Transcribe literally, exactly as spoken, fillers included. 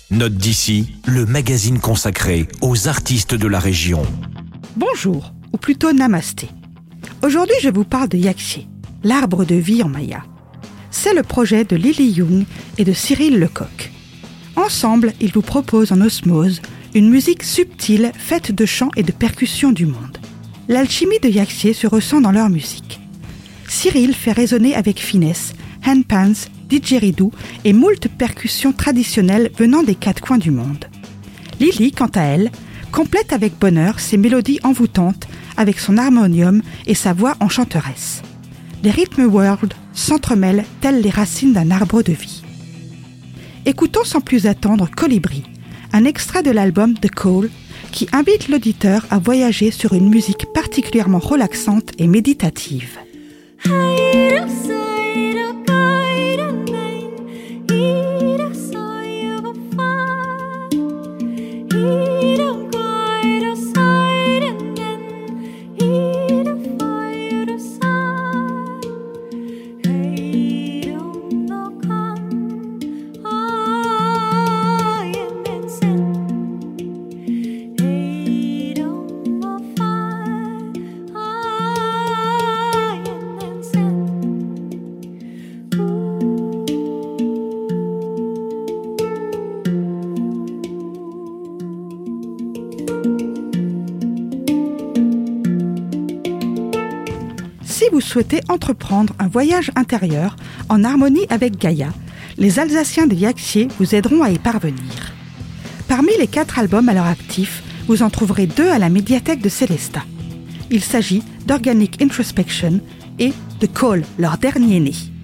Note d'ici, le magazine consacré aux artistes de la région. Bonjour, ou plutôt namasté. Aujourd'hui, je vous parle de Yaxié, l'arbre de vie en maya. C'est le projet de Lily Young et de Cyril Lecoq. Ensemble, ils vous proposent en osmose une musique subtile faite de chants et de percussions du monde. L'alchimie de Yaxié se ressent dans leur musique. Cyril fait résonner avec finesse handpans, didgeridoo et moult percussions traditionnelles venant des quatre coins du monde. Lily, quant à elle, complète avec bonheur ses mélodies envoûtantes avec son harmonium et sa voix enchanteresse. Les rythmes world s'entremêlent telles les racines d'un arbre de vie. Écoutons sans plus attendre Colibri, un extrait de l'album The Call qui invite l'auditeur à voyager sur une musique particulièrement relaxante et méditative. Si vous souhaitez entreprendre un voyage intérieur en harmonie avec Gaïa, les Alsaciens de Yaxié vous aideront à y parvenir. Parmi les quatre albums à leur actif, vous en trouverez deux à la médiathèque de Célestat. Il s'agit d'Organic Introspection et The Call, leur dernier né.